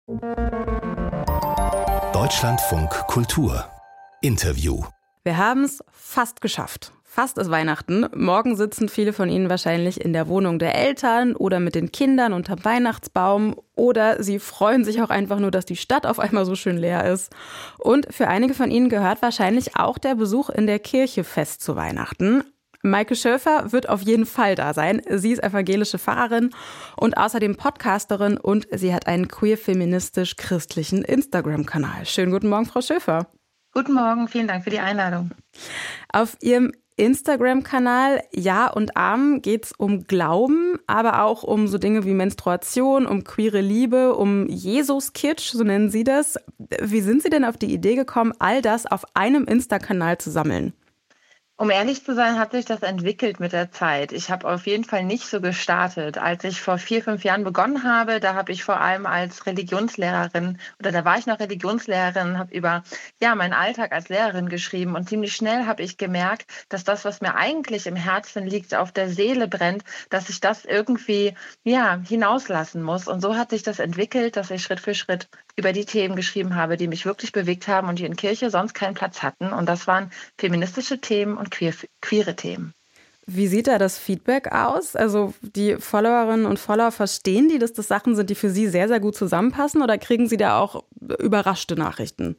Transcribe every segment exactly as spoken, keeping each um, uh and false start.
Deutschlandfunk Kultur Interview. Wir haben es fast geschafft. Fast ist Weihnachten. Morgen sitzen viele von Ihnen wahrscheinlich in der Wohnung der Eltern oder mit den Kindern unterm Weihnachtsbaum. Oder sie freuen sich auch einfach nur, dass die Stadt auf einmal so schön leer ist. Und für einige von Ihnen gehört wahrscheinlich auch der Besuch in der Kirche fest zu Weihnachten. Maike Schöfer wird auf jeden Fall da sein. Sie ist evangelische Pfarrerin und außerdem Podcasterin und sie hat einen queer-feministisch-christlichen Instagram-Kanal. Schönen guten Morgen, Frau Schöfer. Guten Morgen, vielen Dank für die Einladung. Auf Ihrem Instagram-Kanal Ja und Arm geht es um Glauben, aber auch um so Dinge wie Menstruation, um queere Liebe, um Jesus-Kitsch, so nennen Sie das. Wie sind Sie denn auf die Idee gekommen, all das auf einem Insta-Kanal zu sammeln? Um ehrlich zu sein, hat sich das entwickelt mit der Zeit. Ich habe auf jeden Fall nicht so gestartet. Als ich vor vier, fünf Jahren begonnen habe, da habe ich vor allem als Religionslehrerin, oder da war ich noch Religionslehrerin, habe über ja meinen Alltag als Lehrerin geschrieben. Und ziemlich schnell habe ich gemerkt, dass das, was mir eigentlich im Herzen liegt, auf der Seele brennt, dass ich das irgendwie ja hinauslassen muss. Und so hat sich das entwickelt, dass ich Schritt für Schritt über die Themen geschrieben habe, die mich wirklich bewegt haben und die in Kirche sonst keinen Platz hatten. Und das waren feministische Themen und queer, queere Themen. Wie sieht da das Feedback aus? Also die Followerinnen und Follower, verstehen die, dass das Sachen sind, die für sie sehr, sehr gut zusammenpassen, oder kriegen sie da auch überraschte Nachrichten?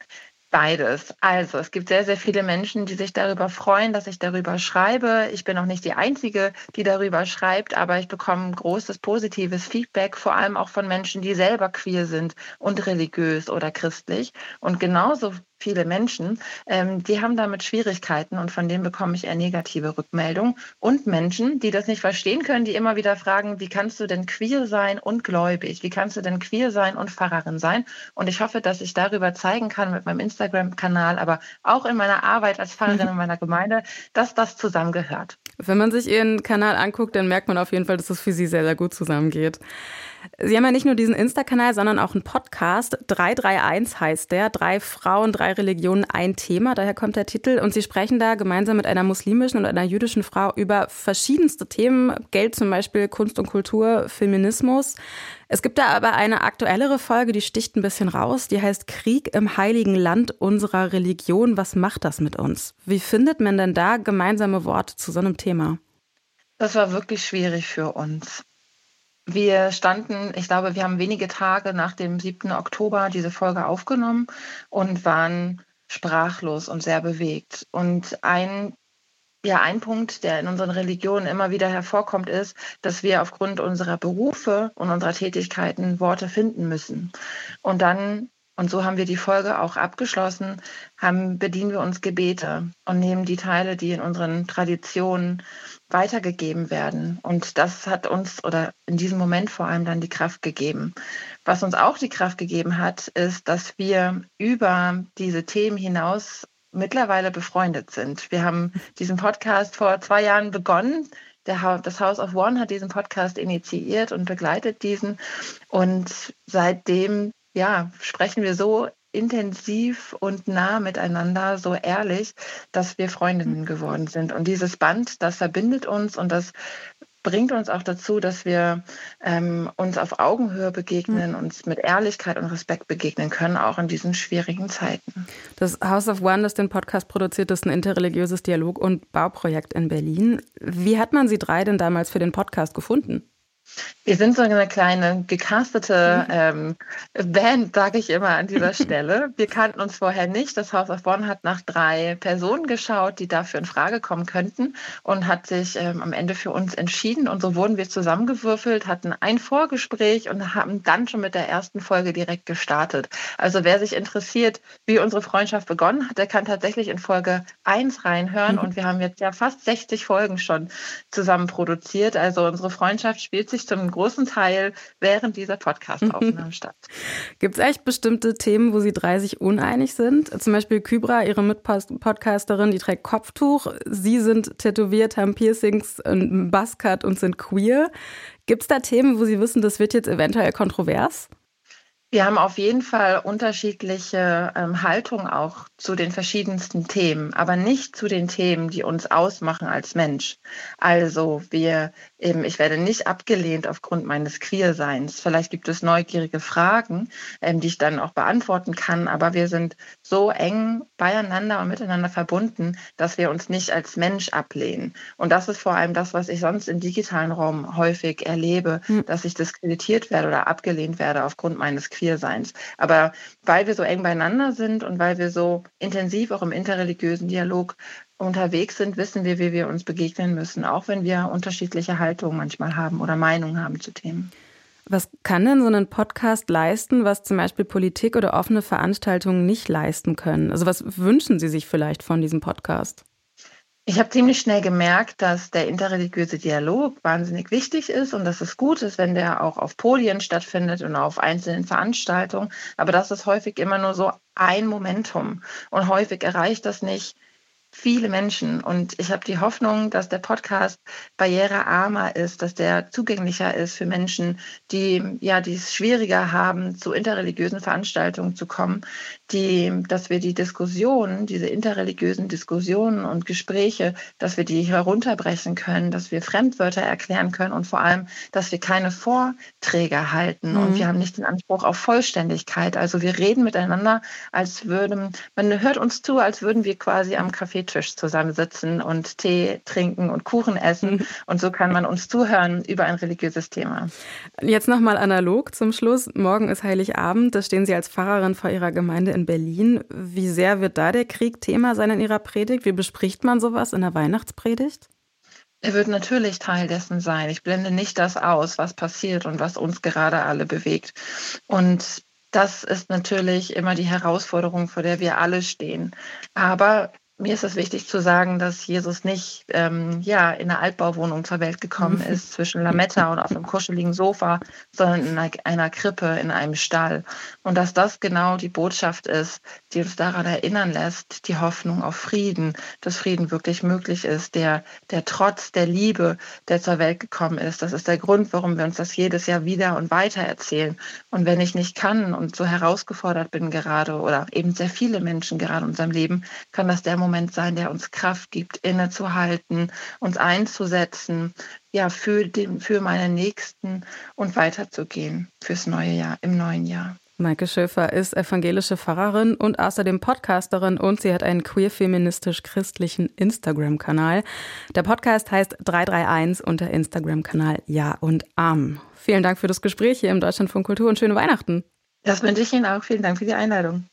Beides. Also es gibt sehr, sehr viele Menschen, die sich darüber freuen, dass ich darüber schreibe. Ich bin auch nicht die Einzige, die darüber schreibt, aber ich bekomme großes positives Feedback, vor allem auch von Menschen, die selber queer sind und religiös oder christlich. Und genauso viele Menschen, ähm, die haben damit Schwierigkeiten und von denen bekomme ich eher negative Rückmeldungen. Und Menschen, die das nicht verstehen können, die immer wieder fragen, wie kannst du denn queer sein und gläubig? Wie kannst du denn queer sein und Pfarrerin sein? Und ich hoffe, dass ich darüber zeigen kann mit meinem Instagram-Kanal, aber auch in meiner Arbeit als Pfarrerin in meiner Gemeinde, dass das zusammengehört. Wenn man sich Ihren Kanal anguckt, dann merkt man auf jeden Fall, dass es für Sie sehr, sehr gut zusammengeht. Sie haben ja nicht nur diesen Insta-Kanal, sondern auch einen Podcast. drei drei eins heißt der. Drei Frauen, drei Religionen, ein Thema. Daher kommt der Titel. Und Sie sprechen da gemeinsam mit einer muslimischen und einer jüdischen Frau über verschiedenste Themen. Geld zum Beispiel, Kunst und Kultur, Feminismus. Es gibt da aber eine aktuellere Folge, die sticht ein bisschen raus. Die heißt Krieg im heiligen Land unserer Religion. Was macht das mit uns? Wie findet man denn da gemeinsame Worte zu so einem Thema? Das war wirklich schwierig für uns. Wir standen, ich glaube, wir haben wenige Tage nach dem siebten Oktober diese Folge aufgenommen und waren sprachlos und sehr bewegt. Und ein, ja, ein Punkt, der in unseren Religionen immer wieder hervorkommt, ist, dass wir aufgrund unserer Berufe und unserer Tätigkeiten Worte finden müssen. Und dann, und so haben wir die Folge auch abgeschlossen, haben, bedienen wir uns Gebete und nehmen die Teile, die in unseren Traditionen weitergegeben werden. Und das hat uns oder in diesem Moment vor allem dann die Kraft gegeben. Was uns auch die Kraft gegeben hat, ist, dass wir über diese Themen hinaus mittlerweile befreundet sind. Wir haben diesen Podcast vor zwei Jahren begonnen. Der, das House of One hat diesen Podcast initiiert und begleitet diesen. Und seitdem ja, sprechen wir so intensiv und nah miteinander, so ehrlich, dass wir Freundinnen geworden sind. Und dieses Band, das verbindet uns und das bringt uns auch dazu, dass wir ähm, uns auf Augenhöhe begegnen, uns mit Ehrlichkeit und Respekt begegnen können, auch in diesen schwierigen Zeiten. Das House of One, das den Podcast produziert, ist ein interreligiöses Dialog- und Bauprojekt in Berlin. Wie hat man Sie drei denn damals für den Podcast gefunden? Wir sind so eine kleine gecastete ähm, Band, sage ich immer an dieser Stelle. Wir kannten uns vorher nicht. Das House of One hat nach drei Personen geschaut, die dafür in Frage kommen könnten und hat sich ähm, am Ende für uns entschieden. Und so wurden wir zusammengewürfelt, hatten ein Vorgespräch und haben dann schon mit der ersten Folge direkt gestartet. Also wer sich interessiert, wie unsere Freundschaft begonnen hat, der kann tatsächlich in Folge eins reinhören. Und wir haben jetzt ja fast sechzig Folgen schon zusammen produziert. Also unsere Freundschaft spielt sich zum großen Teil während dieser Podcast-Aufnahmen statt. Gibt es eigentlich bestimmte Themen, wo Sie drei sich uneinig sind? Zum Beispiel Kybra, Ihre Mitpodcasterin, die trägt Kopftuch. Sie sind tätowiert, haben Piercings, einen Buzzcut und sind queer. Gibt es da Themen, wo Sie wissen, das wird jetzt eventuell kontrovers? Wir haben auf jeden Fall unterschiedliche ähm, Haltungen auch zu den verschiedensten Themen, aber nicht zu den Themen, die uns ausmachen als Mensch. Also wir eben, ich werde nicht abgelehnt aufgrund meines Queerseins. Vielleicht gibt es neugierige Fragen, ähm, die ich dann auch beantworten kann, aber wir sind so eng beieinander und miteinander verbunden, dass wir uns nicht als Mensch ablehnen. Und das ist vor allem das, was ich sonst im digitalen Raum häufig erlebe, hm. dass ich diskreditiert werde oder abgelehnt werde aufgrund meines Queerseins. Aber weil wir so eng beieinander sind und weil wir so intensiv auch im interreligiösen Dialog unterwegs sind, wissen wir, wie wir uns begegnen müssen, auch wenn wir unterschiedliche Haltungen manchmal haben oder Meinungen haben zu Themen. Was kann denn so ein Podcast leisten, was zum Beispiel Politik oder offene Veranstaltungen nicht leisten können? Also was wünschen Sie sich vielleicht von diesem Podcast? Ich habe ziemlich schnell gemerkt, dass der interreligiöse Dialog wahnsinnig wichtig ist und dass es gut ist, wenn der auch auf Podien stattfindet und auf einzelnen Veranstaltungen. Aber das ist häufig immer nur so ein Momentum und häufig erreicht das nicht viele Menschen. Und ich habe die Hoffnung, dass der Podcast barrierearmer ist, dass der zugänglicher ist für Menschen, die ja die es schwieriger haben, zu interreligiösen Veranstaltungen zu kommen, die, dass wir die Diskussionen, diese interreligiösen Diskussionen und Gespräche, dass wir die herunterbrechen können, dass wir Fremdwörter erklären können und vor allem, dass wir keine Vorträge halten. Mhm. Und wir haben nicht den Anspruch auf Vollständigkeit. Also wir reden miteinander, als würden, man hört uns zu, als würden wir quasi am Kaffeetisch zusammensitzen und Tee trinken und Kuchen essen. Mhm. Und so kann man uns zuhören über ein religiöses Thema. Jetzt nochmal analog zum Schluss. Morgen ist Heiligabend. Da stehen Sie als Pfarrerin vor Ihrer Gemeinde in Berlin. Wie sehr wird da der Krieg Thema sein in Ihrer Predigt? Wie bespricht man sowas in der Weihnachtspredigt? Er wird natürlich Teil dessen sein. Ich blende nicht das aus, was passiert und was uns gerade alle bewegt. Und das ist natürlich immer die Herausforderung, vor der wir alle stehen. Aber mir ist es wichtig zu sagen, dass Jesus nicht ähm, ja, in einer Altbauwohnung zur Welt gekommen ist, zwischen Lametta und auf einem kuscheligen Sofa, sondern in einer, einer Krippe, in einem Stall. Und dass das genau die Botschaft ist, die uns daran erinnern lässt, die Hoffnung auf Frieden, dass Frieden wirklich möglich ist, der, der Trotz der Liebe, der zur Welt gekommen ist. Das ist der Grund, warum wir uns das jedes Jahr wieder und weiter erzählen. Und wenn ich nicht kann und so herausgefordert bin gerade oder eben sehr viele Menschen gerade in unserem Leben, kann das der Moment sein, der uns Kraft gibt, innezuhalten, uns einzusetzen, ja, für den, für meine Nächsten und weiterzugehen fürs neue Jahr, im neuen Jahr. Maike Schöfer ist evangelische Pfarrerin und außerdem Podcasterin und sie hat einen queer-feministisch-christlichen Instagram-Kanal. Der Podcast heißt drei drei eins und der Instagram-Kanal Ja und Am. Vielen Dank für das Gespräch hier im Deutschlandfunk Kultur und schöne Weihnachten. Das wünsche ich Ihnen auch. Vielen Dank für die Einladung.